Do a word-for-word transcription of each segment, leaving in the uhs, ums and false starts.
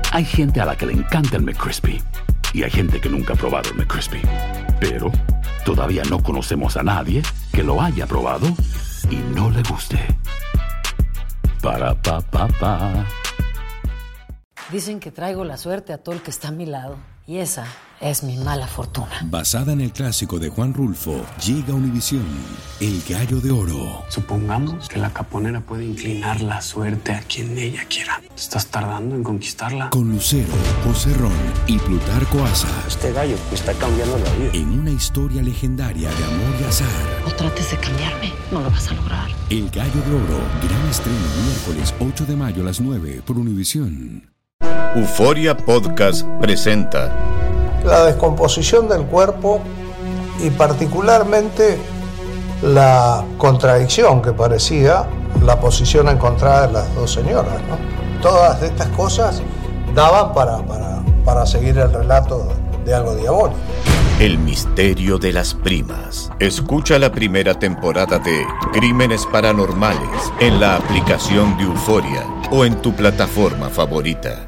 Hay gente a la que le encanta el McCrispy y hay gente que nunca ha probado el McCrispy. Pero todavía no conocemos a nadie que lo haya probado y no le guste. Para, pa, pa, pa. Dicen que traigo la suerte a todo el que está a mi lado. Y esa es mi mala fortuna. Basada en el clásico de Juan Rulfo, llega Univisión, El Gallo de Oro. Supongamos que la caponera puede inclinar la suerte a quien ella quiera. ¿Estás tardando en conquistarla? Con Lucero, José Ron y Plutarco Asa. Este gallo me está cambiando la vida. En una historia legendaria de amor y azar. No trates de cambiarme, no lo vas a lograr. El Gallo de Oro, gran estreno miércoles ocho de mayo a las nueve por Univisión. Euforia Podcast presenta la descomposición del cuerpo y particularmente la contradicción que parecía la posición encontrada de las dos señoras, ¿no? Todas estas cosas daban para, para, para seguir el relato de algo diabólico. El misterio de las primas. Escucha la primera temporada de Crímenes Paranormales en la aplicación de Euforia o en tu plataforma favorita.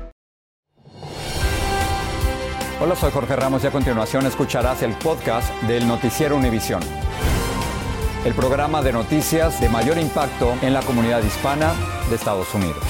Hola, soy Jorge Ramos y a continuación escucharás el podcast del Noticiero Univisión. El programa de noticias de mayor impacto en la comunidad hispana de Estados Unidos.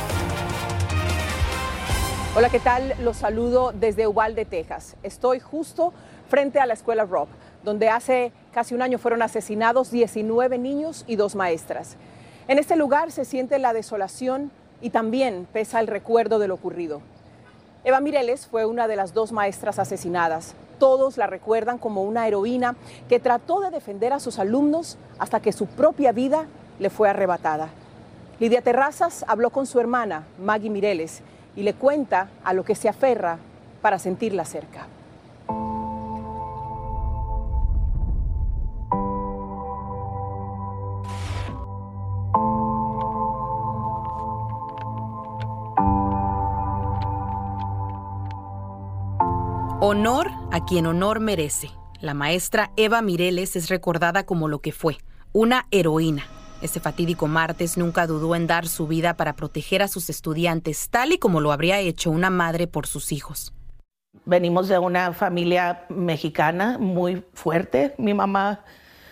Hola, ¿qué tal? Los saludo desde Uvalde, Texas. Estoy justo frente a la escuela Robb, donde hace casi un año fueron asesinados diecinueve niños y dos maestras. En este lugar se siente la desolación y también pesa el recuerdo de lo ocurrido. Eva Mireles fue una de las dos maestras asesinadas. Todos la recuerdan como una heroína que trató de defender a sus alumnos hasta que su propia vida le fue arrebatada. Lidia Terrazas habló con su hermana, Maggie Mireles, y le cuenta a lo que se aferra para sentirla cerca. Honor a quien honor merece. La maestra Eva Mireles es recordada como lo que fue, una heroína. Ese fatídico martes nunca dudó en dar su vida para proteger a sus estudiantes, tal y como lo habría hecho una madre por sus hijos. Venimos de una familia mexicana muy fuerte. Mi mamá,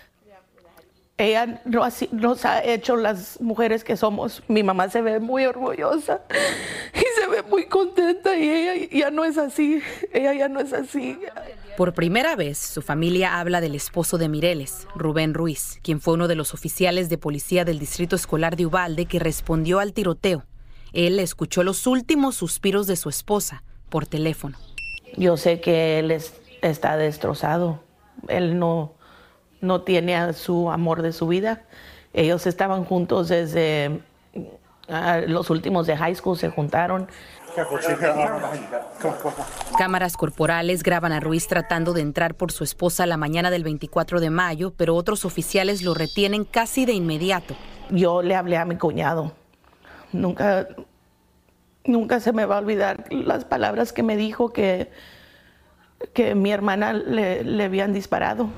ella nos ha hecho las mujeres que somos. Mi mamá se ve muy orgullosa y se ve muy contenta y ella ya no es así. Ella ya no es así. Por primera vez, su familia habla del esposo de Mireles, Rubén Ruiz, quien fue uno de los oficiales de policía del Distrito Escolar de Uvalde que respondió al tiroteo. Él escuchó los últimos suspiros de su esposa por teléfono. Yo sé que él es, está destrozado. Él no, no tiene a su amor de su vida. Ellos estaban juntos desde uh, los últimos de high school, se juntaron. Cámaras corporales graban a Ruiz tratando de entrar por su esposa la mañana del veinticuatro de mayo, pero otros oficiales lo retienen casi de inmediato. Yo le hablé a mi cuñado. Nunca, nunca se me va a olvidar las palabras que me dijo que, que mi hermana le, le habían disparado.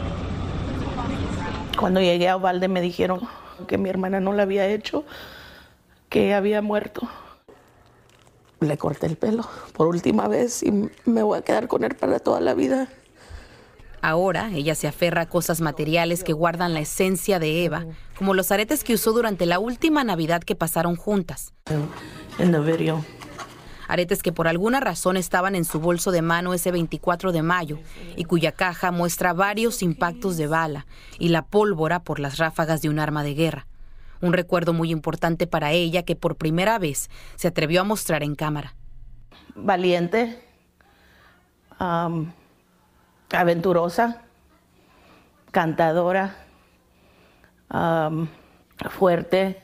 Cuando llegué a Uvalde me dijeron que mi hermana no la había hecho, que había muerto. Le corté el pelo por última vez y me voy a quedar con él para toda la vida. Ahora ella se aferra a cosas materiales que guardan la esencia de Eva, como los aretes que usó durante la última Navidad que pasaron juntas. En el video. Aretes que por alguna razón estaban en su bolso de mano ese veinticuatro de mayo y cuya caja muestra varios impactos de bala y la pólvora por las ráfagas de un arma de guerra. Un recuerdo muy importante para ella que por primera vez se atrevió a mostrar en cámara. Valiente, um, aventurosa, cantadora, um, fuerte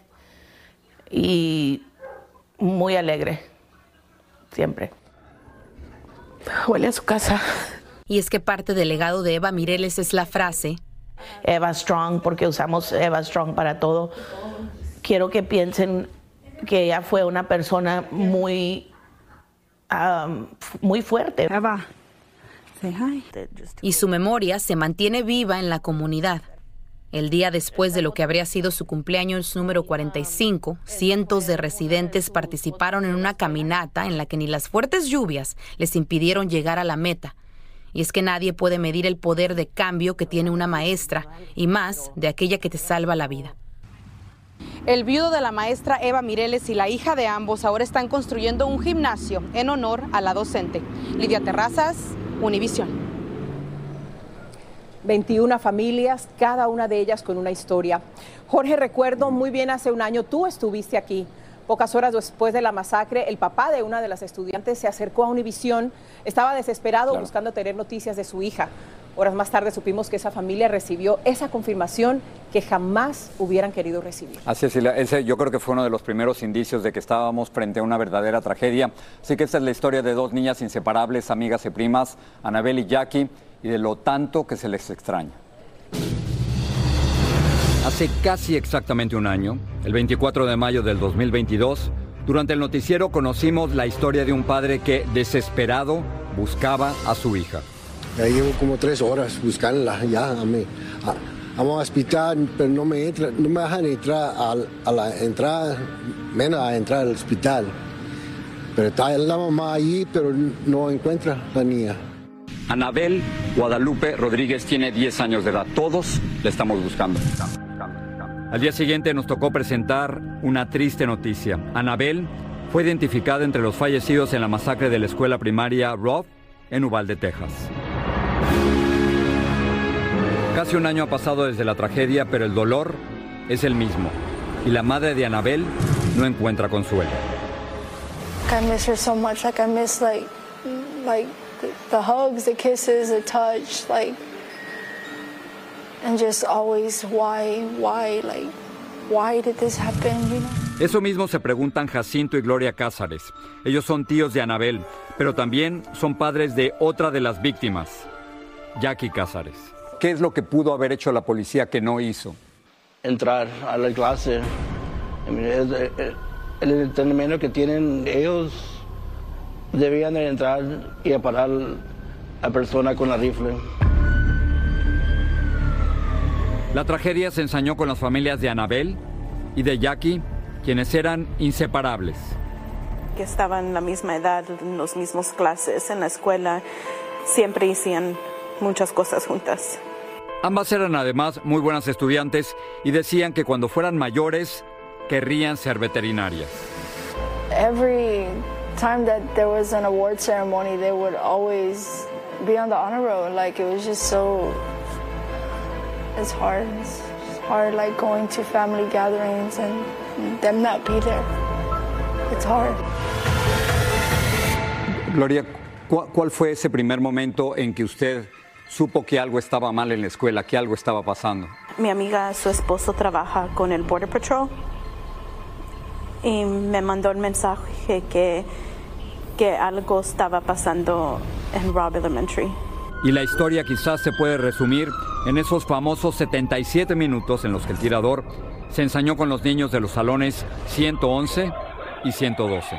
y muy alegre, siempre. Huele a su casa. Y es que parte del legado de Eva Mireles es la frase Eva Strong, porque usamos Eva Strong para todo. Quiero que piensen que ella fue una persona muy, um, muy fuerte. Eva, say hi. Y su memoria se mantiene viva en la comunidad. El día después de lo que habría sido su cumpleaños número cuarenta y cinco, cientos de residentes participaron en una caminata en la que ni las fuertes lluvias les impidieron llegar a la meta. Y es que nadie puede medir el poder de cambio que tiene una maestra, y más de aquella que te salva la vida. El viudo de la maestra Eva Mireles y la hija de ambos ahora están construyendo un gimnasio en honor a la docente. Lidia Terrazas, Univisión. veintiuna familias, cada una de ellas con una historia. Jorge, recuerdo muy bien hace un año, tú estuviste aquí. Pocas horas después de la masacre, el papá de una de las estudiantes se acercó a Univisión. Estaba desesperado claro. buscando tener noticias de su hija. Horas más tarde supimos que esa familia recibió esa confirmación que jamás hubieran querido recibir. Así es, ese yo creo que fue uno de los primeros indicios de que estábamos frente a una verdadera tragedia. Así que esta es la historia de dos niñas inseparables, amigas y primas, Anabel y Jackie, y de lo tanto que se les extraña. Hace casi exactamente un año, el veinticuatro de mayo del dos mil veintidós, durante el noticiero conocimos la historia de un padre que, desesperado, buscaba a su hija. Ya llevo como tres horas buscándola, ya, a mí. Vamos al hospital, pero no me, entra, no me dejan entrar a, a la entrada, menos a entrar al hospital. Pero está la mamá allí, pero no encuentra la niña. Anabel Guadalupe Rodríguez tiene diez años de edad. Todos la estamos buscando. Al día siguiente nos tocó presentar una triste noticia. Anabel fue identificada entre los fallecidos en la masacre de la escuela primaria Robb en Uvalde, Texas. Casi un año ha pasado desde la tragedia, pero el dolor es el mismo. Y la madre de Anabel no encuentra consuelo. I miss her so much. Like I miss like, like. The hugs, the kisses, the touch, like, and just always why, why, like, why did this happen, you know? Eso mismo se preguntan Jacinto y Gloria Cázares. Ellos son tíos de Anabel, pero también son padres de otra de las víctimas, Jackie Cázares. ¿Qué es lo que pudo haber hecho la policía que no hizo? Entrar a la clase. El, el entrenamiento que tienen ellos. Debían de entrar y parar a la persona con la rifle. La tragedia se ensañó con las familias de Anabel y de Jackie, quienes eran inseparables. Que estaban en la misma edad, en las mismas clases, en la escuela, siempre hacían muchas cosas juntas. Ambas eran además muy buenas estudiantes y decían que cuando fueran mayores querrían ser veterinarias. Every time that there was an award ceremony, they would always be on the honor roll. Like it was just so, it's hard. It's hard, like going to family gatherings and them not be there. It's hard. Gloria, ¿cu- ¿cuál fue ese primer momento en que usted supo que algo estaba mal en la escuela, que algo estaba pasando? Mi amiga, su esposo trabaja con el Border Patrol y me mandó un mensaje que, que algo estaba pasando en Robb Elementary. Y la historia quizás se puede resumir en esos famosos setenta y siete minutos en los que el tirador se ensañó con los niños de los salones ciento once y ciento doce.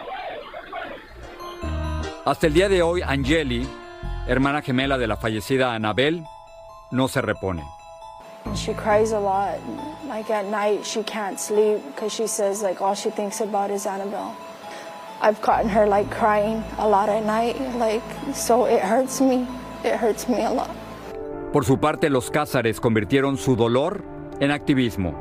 Hasta el día de hoy, Angeli, hermana gemela de la fallecida Anabel, no se repone. She cries a lot. Like at night, she can't sleep because she says like all she thinks about is Annabelle. I've gotten her like crying a lot at night, like so it hurts me. It hurts me a lot. Por su parte, los Cázares convirtieron su dolor en activismo.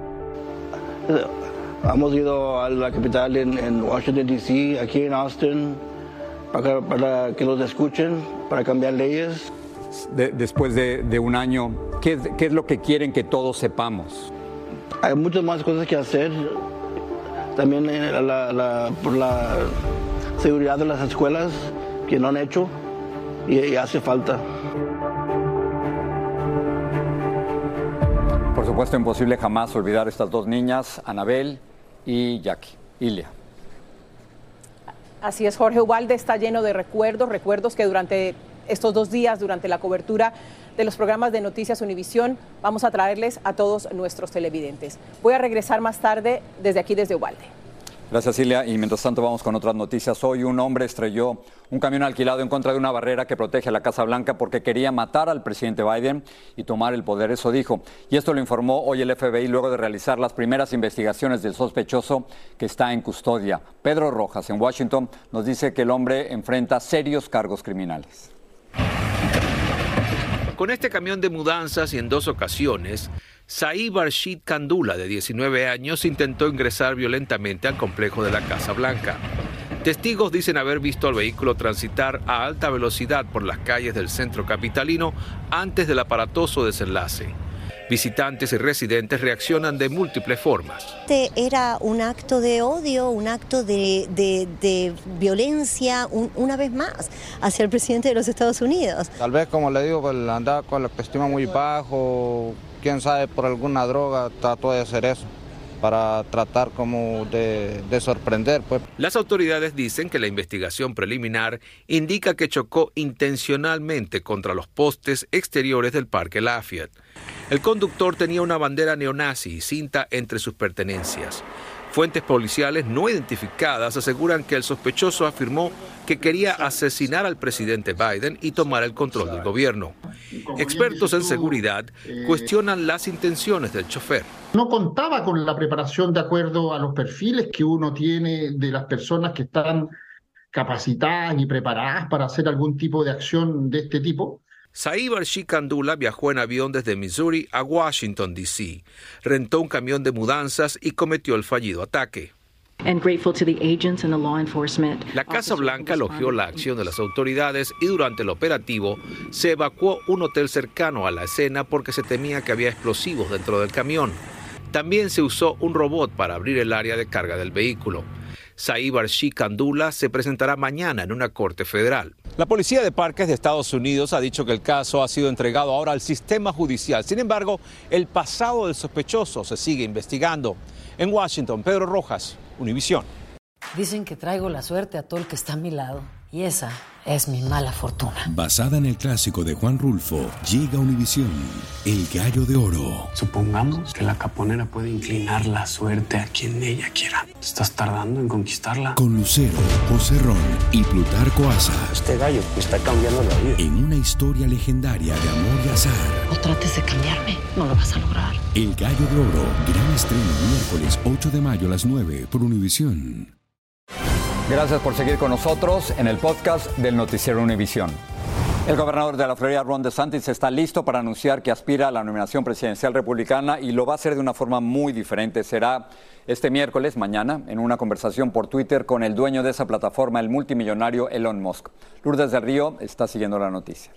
Hemos ido a la capital en, en Washington, D C, aquí en Austin, para, para que los escuchen, para cambiar leyes. De, después de, de un año, ¿qué es, ¿qué es lo que quieren que todos sepamos? Hay muchas más cosas que hacer. También la, la, por la seguridad de las escuelas que no han hecho y, y hace falta. Por supuesto, imposible jamás olvidar a estas dos niñas, Anabel y Jackie. Ilia. Así es, Jorge. Uvalde está lleno de recuerdos, recuerdos que durante estos dos días, durante la cobertura de los programas de Noticias Univisión, vamos a traerles a todos nuestros televidentes. Voy a regresar más tarde desde aquí, desde Uvalde. Gracias, Cilia. Y mientras tanto vamos con otras noticias. Hoy un hombre estrelló un camión alquilado en contra de una barrera que protege a la Casa Blanca porque quería matar al presidente Biden y tomar el poder, eso dijo. Y esto lo informó hoy el F B I luego de realizar las primeras investigaciones del sospechoso que está en custodia. Pedro Rojas, en Washington, nos dice que el hombre enfrenta serios cargos criminales. Con este camión de mudanzas y en dos ocasiones, Saeed Rashid Kandula, de diecinueve años, intentó ingresar violentamente al complejo de la Casa Blanca. Testigos dicen haber visto al vehículo transitar a alta velocidad por las calles del centro capitalino antes del aparatoso desenlace. Visitantes y residentes reaccionan de múltiples formas. Este era un acto de odio, un acto de, de, de violencia, un, una vez más, hacia el presidente de los Estados Unidos. Tal vez, como le digo, pues, andaba con la autoestima muy bajo, quién sabe, por alguna droga trató de hacer eso, para tratar como de, de sorprender. Pues. Las autoridades dicen que la investigación preliminar indica que chocó intencionalmente contra los postes exteriores del Parque Lafayette. El conductor tenía una bandera neonazi y cinta entre sus pertenencias. Fuentes policiales no identificadas aseguran que el sospechoso afirmó que quería asesinar al presidente Biden y tomar el control del gobierno. Expertos en seguridad cuestionan las intenciones del chofer. No contaba con la preparación de acuerdo a los perfiles que uno tiene de las personas que están capacitadas y preparadas para hacer algún tipo de acción de este tipo. Saeed Rashid Kandula viajó en avión desde Missouri a Washington, D C Rentó un camión de mudanzas y cometió el fallido ataque. La Casa Blanca elogió la acción de las autoridades y durante el operativo se evacuó un hotel cercano a la escena porque se temía que había explosivos dentro del camión. También se usó un robot para abrir el área de carga del vehículo. Saeed Rashid Kandula se presentará mañana en una corte federal. La Policía de Parques de Estados Unidos ha dicho que el caso ha sido entregado ahora al sistema judicial. Sin embargo, el pasado del sospechoso se sigue investigando. En Washington, Pedro Rojas, Univisión. Dicen que traigo la suerte a todo el que está a mi lado. Y esa es mi mala fortuna. Basada en el clásico de Juan Rulfo, llega Univisión, El Gallo de Oro. Supongamos que la caponera puede inclinar la suerte a quien ella quiera. ¿Estás tardando en conquistarla? Con Lucero, José Ron y Plutarco Asa. Este gallo me está cambiando la vida. En una historia legendaria de amor y azar. No trates de cambiarme, no lo vas a lograr. El Gallo de Oro, gran estreno miércoles ocho de mayo a las nueve por Univisión. Gracias por seguir con nosotros en el podcast del Noticiero Univisión. El gobernador de la Florida, Ron DeSantis, está listo para anunciar que aspira a la nominación presidencial republicana y lo va a hacer de una forma muy diferente. Será este miércoles, mañana, en una conversación por Twitter con el dueño de esa plataforma, el multimillonario Elon Musk. Lourdes del Río está siguiendo la noticia.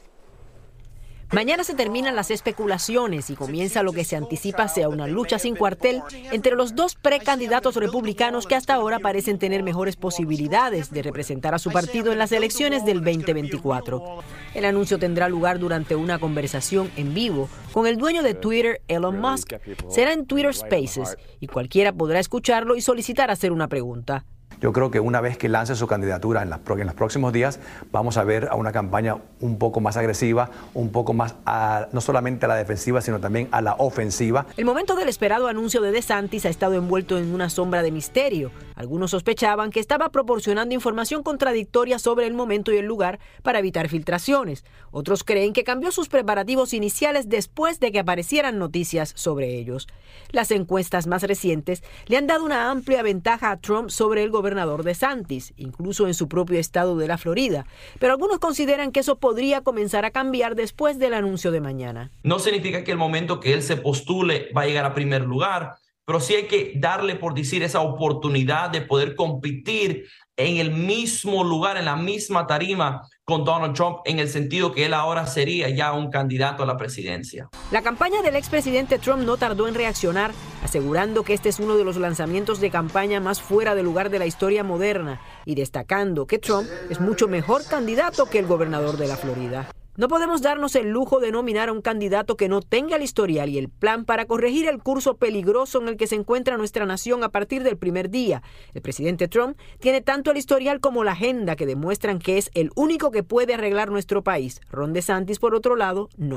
Mañana se terminan las especulaciones y comienza lo que se anticipa sea una lucha sin cuartel entre los dos precandidatos republicanos que hasta ahora parecen tener mejores posibilidades de representar a su partido en las elecciones del veinte veinticuatro. El anuncio tendrá lugar durante una conversación en vivo con el dueño de Twitter, Elon Musk. Será en Twitter Spaces y cualquiera podrá escucharlo y solicitar hacer una pregunta. Yo creo que una vez que lance su candidatura en, las, en los próximos días, vamos a ver a una campaña un poco más agresiva, un poco más a, no solamente a la defensiva, sino también a la ofensiva. El momento del esperado anuncio de DeSantis ha estado envuelto en una sombra de misterio. Algunos sospechaban que estaba proporcionando información contradictoria sobre el momento y el lugar para evitar filtraciones. Otros creen que cambió sus preparativos iniciales después de que aparecieran noticias sobre ellos. Las encuestas más recientes le han dado una amplia ventaja a Trump sobre el gobernador DeSantis, incluso en su propio estado de la Florida. Pero algunos consideran que eso podría comenzar a cambiar después del anuncio de mañana. No significa que el momento que él se postule va a llegar a primer lugar, pero sí hay que darle, por decir, esa oportunidad de poder competir en el mismo lugar, en la misma tarima con Donald Trump, en el sentido que él ahora sería ya un candidato a la presidencia. La campaña del expresidente Trump no tardó en reaccionar, asegurando que este es uno de los lanzamientos de campaña más fuera de lugar de la historia moderna y destacando que Trump es mucho mejor candidato que el gobernador de la Florida. No podemos darnos el lujo de nominar a un candidato que no tenga el historial y el plan para corregir el curso peligroso en el que se encuentra nuestra nación a partir del primer día. El presidente Trump tiene tanto el historial como la agenda que demuestran que es el único que puede arreglar nuestro país. Ron DeSantis, por otro lado, no.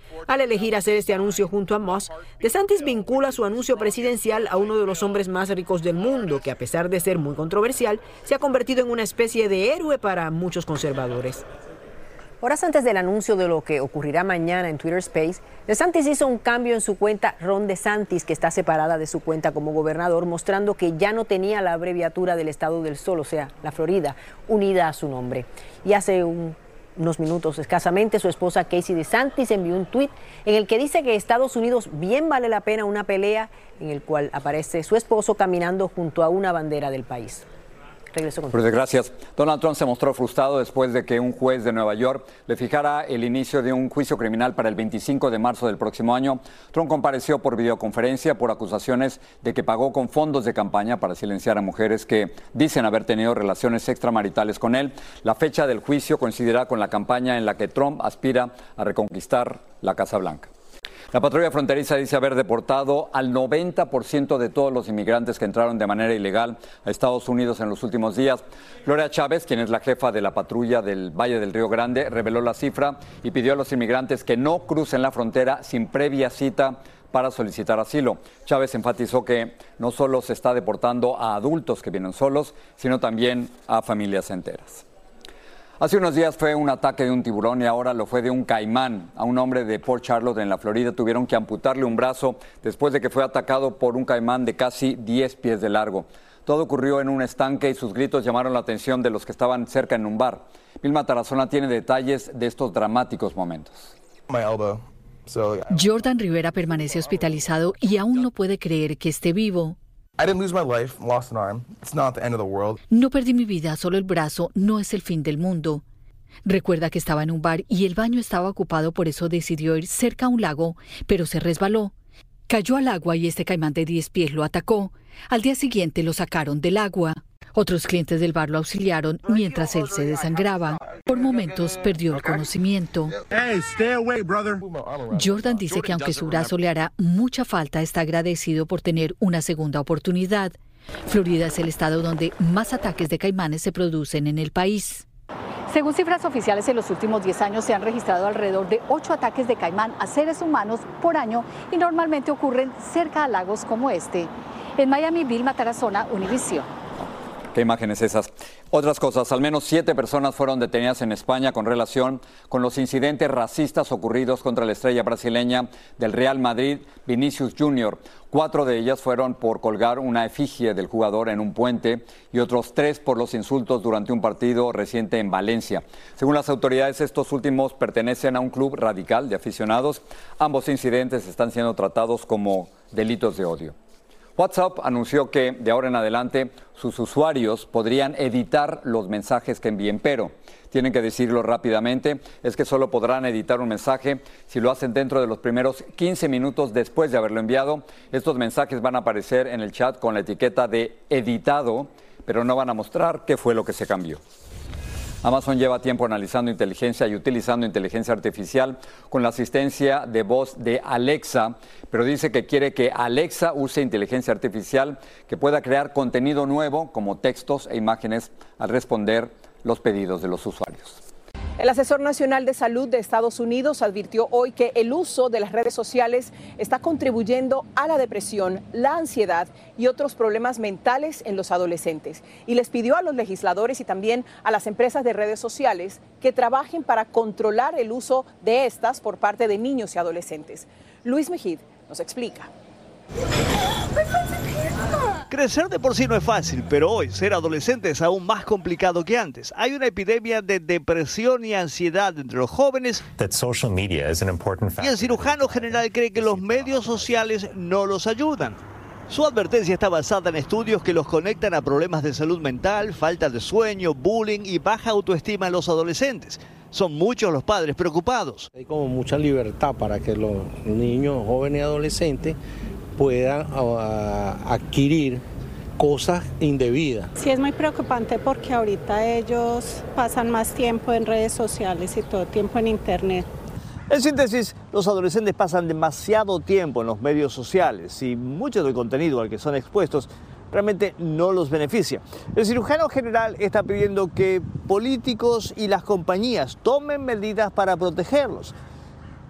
Al elegir hacer este anuncio junto a Musk, DeSantis vincula su anuncio presidencial a uno de los hombres más ricos del mundo, que a pesar de ser muy controversial, se ha convertido en una especie de héroe para muchos conservadores. Horas antes del anuncio de lo que ocurrirá mañana en Twitter Space, DeSantis hizo un cambio en su cuenta Ron DeSantis, que está separada de su cuenta como gobernador, mostrando que ya no tenía la abreviatura del Estado del Sol, o sea, la Florida, unida a su nombre. Y hace un, unos minutos escasamente, su esposa Casey DeSantis envió un tuit en el que dice que Estados Unidos bien vale la pena una pelea, en el cual aparece su esposo caminando junto a una bandera del país. Regreso con... Por desgracias, Donald Trump se mostró frustrado después de que un juez de Nueva York le fijara el inicio de un juicio criminal para el veinticinco de marzo del próximo año. Trump compareció por videoconferencia por acusaciones de que pagó con fondos de campaña para silenciar a mujeres que dicen haber tenido relaciones extramaritales con él. La fecha del juicio coincidirá con la campaña en la que Trump aspira a reconquistar la Casa Blanca. La patrulla fronteriza dice haber deportado al noventa por ciento de todos los inmigrantes que entraron de manera ilegal a Estados Unidos en los últimos días. Gloria Chávez, quien es la jefa de la patrulla del Valle del Río Grande, reveló la cifra y pidió a los inmigrantes que no crucen la frontera sin previa cita para solicitar asilo. Chávez enfatizó que no solo se está deportando a adultos que vienen solos, sino también a familias enteras. Hace unos días fue un ataque de un tiburón y ahora lo fue de un caimán. A un hombre de Port Charlotte, en la Florida, tuvieron que amputarle un brazo después de que fue atacado por un caimán de casi diez pies de largo. Todo ocurrió en un estanque y sus gritos llamaron la atención de los que estaban cerca en un bar. Vilma Tarazona tiene detalles de estos dramáticos momentos. Jordan Rivera permanece hospitalizado y aún no puede creer que esté vivo. No perdí mi vida, solo el brazo, no es el fin del mundo. Recuerda que estaba en un bar y el baño estaba ocupado, por eso decidió ir cerca a un lago, pero se resbaló. Cayó al agua y este caimán de diez pies lo atacó. Al día siguiente lo sacaron del agua. Otros clientes del bar lo auxiliaron mientras él se desangraba. Por momentos perdió el conocimiento. Jordan dice que aunque su brazo le hará mucha falta, está agradecido por tener una segunda oportunidad. Florida es el estado donde más ataques de caimanes se producen en el país. Según cifras oficiales, en los últimos diez años se han registrado alrededor de ocho ataques de caimán a seres humanos por año y normalmente ocurren cerca a lagos como este. En Miami, Vilma Tarazona, Univisión. ¿Qué imágenes esas? Otras cosas, al menos siete personas fueron detenidas en España con relación con los incidentes racistas ocurridos contra la estrella brasileña del Real Madrid, Vinicius Junior Cuatro de ellas fueron por colgar una efigie del jugador en un puente y otros tres por los insultos durante un partido reciente en Valencia. Según las autoridades, estos últimos pertenecen a un club radical de aficionados. Ambos incidentes están siendo tratados como delitos de odio. WhatsApp anunció que de ahora en adelante sus usuarios podrían editar los mensajes que envíen, pero tienen que decirlo rápidamente. Es que solo podrán editar un mensaje si lo hacen dentro de los primeros quince minutos después de haberlo enviado. Estos mensajes van a aparecer en el chat con la etiqueta de editado, pero no van a mostrar qué fue lo que se cambió. Amazon lleva tiempo analizando inteligencia y utilizando inteligencia artificial con la asistencia de voz de Alexa, pero dice que quiere que Alexa use inteligencia artificial que pueda crear contenido nuevo como textos e imágenes al responder los pedidos de los usuarios. El asesor nacional de salud de Estados Unidos advirtió hoy que el uso de las redes sociales está contribuyendo a la depresión, la ansiedad y otros problemas mentales en los adolescentes. Y les pidió a los legisladores y también a las empresas de redes sociales que trabajen para controlar el uso de estas por parte de niños y adolescentes. Luis Mejid nos explica. Crecer de por sí no es fácil, pero hoy ser adolescente es aún más complicado que antes. Hay una epidemia de depresión y ansiedad entre los jóvenes y el cirujano general cree que los medios sociales no los ayudan. Su advertencia está basada en estudios que los conectan a problemas de salud mental, falta de sueño, bullying y baja autoestima en los adolescentes. Son muchos los padres preocupados. Hay como mucha libertad para que los niños, jóvenes y adolescentes puedan uh, adquirir cosas indebidas. Sí, es muy preocupante porque ahorita ellos pasan más tiempo en redes sociales y todo tiempo en internet. En síntesis, los adolescentes pasan demasiado tiempo en los medios sociales y mucho del contenido al que son expuestos realmente no los beneficia. El cirujano general está pidiendo que políticos y las compañías tomen medidas para protegerlos.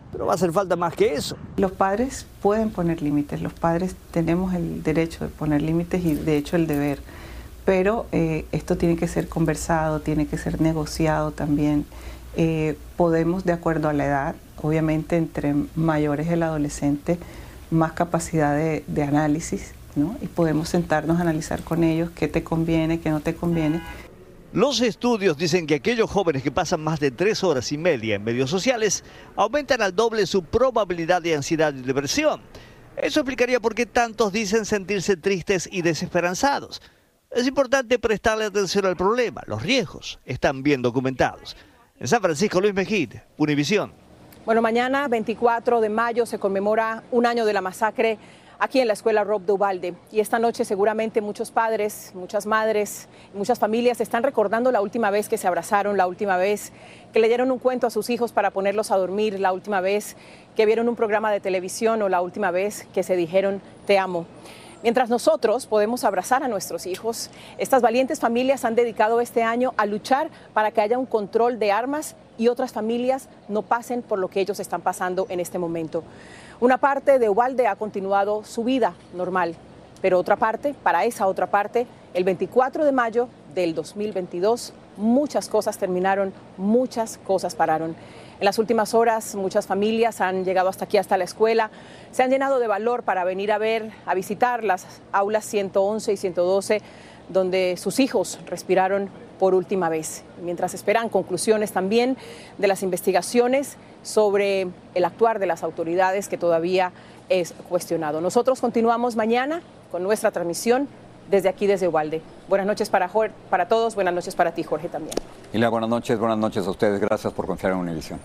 pero va a hacer falta más que eso. Los padres pueden poner límites, los padres tenemos el derecho de poner límites y de hecho el deber, pero eh, esto tiene que ser conversado, tiene que ser negociado también. Eh, podemos, de acuerdo a la edad, obviamente entre mayores el adolescente, más capacidad de, de análisis, ¿no? Y podemos sentarnos a analizar con ellos qué te conviene, qué no te conviene. Los estudios dicen que aquellos jóvenes que pasan más de tres horas y media en medios sociales aumentan al doble su probabilidad de ansiedad y depresión. Eso explicaría por qué tantos dicen sentirse tristes y desesperanzados. Es importante prestarle atención al problema. Los riesgos están bien documentados. En San Francisco, Luis Mejid, Univisión. Bueno, mañana, veinticuatro de mayo, se conmemora un año de la masacre aquí en la escuela Rob de Uvalde. Y esta noche seguramente muchos padres, muchas madres, muchas familias están recordando la última vez que se abrazaron, la última vez que leyeron un cuento a sus hijos para ponerlos a dormir, la última vez que vieron un programa de televisión o la última vez que se dijeron te amo. Mientras nosotros podemos abrazar a nuestros hijos, estas valientes familias han dedicado este año a luchar para que haya un control de armas y otras familias no pasen por lo que ellos están pasando en este momento. Una parte de Uvalde ha continuado su vida normal, pero otra parte, para esa otra parte, el veinticuatro de mayo del dos mil veintidós, muchas cosas terminaron, muchas cosas pararon. En las últimas horas, muchas familias han llegado hasta aquí, hasta la escuela, se han llenado de valor para venir a ver, a visitar las aulas ciento once y ciento doce, donde sus hijos respiraron por última vez, mientras esperan conclusiones también de las investigaciones sobre el actuar de las autoridades que todavía es cuestionado. Nosotros continuamos mañana con nuestra transmisión desde aquí, desde Uvalde. Buenas noches para, Jorge, para todos, buenas noches para ti, Jorge, también. Ilia, buenas noches, buenas noches a ustedes. Gracias por confiar en Univisión.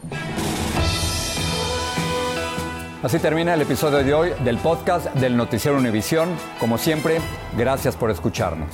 Así termina el episodio de hoy del podcast del Noticiero Univisión. Como siempre, gracias por escucharnos.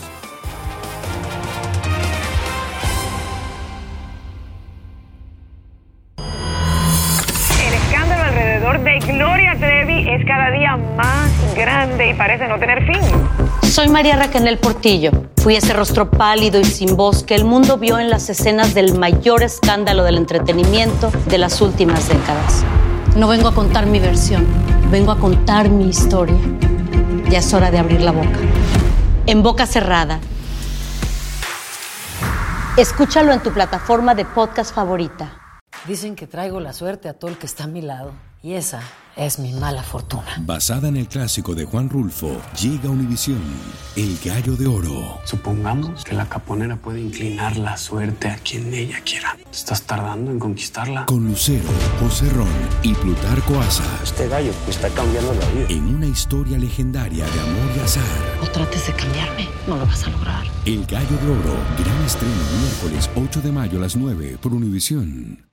De Gloria Trevi es cada día más grande y parece no tener fin. Soy María Raquel Portillo. Fui ese rostro pálido y sin voz que el mundo vio en las escenas del mayor escándalo del entretenimiento de las últimas décadas. No vengo a contar mi versión, vengo a contar mi historia. Ya es hora de abrir la boca. En boca cerrada. Escúchalo en tu plataforma de podcast favorita. Dicen que traigo la suerte a todo el que está a mi lado. Y esa es mi mala fortuna. Basada en el clásico de Juan Rulfo, llega a Univisión, El Gallo de Oro. Supongamos que la caponera puede inclinar la suerte a quien ella quiera. ¿Estás tardando en conquistarla? Con Lucero, José Ron y Plutarco Asa. Este gallo te está cambiando la vida. En una historia legendaria de amor y azar. No trates de cambiarme, no lo vas a lograr. El Gallo de Oro, gran estreno miércoles ocho de mayo a las nueve por Univisión.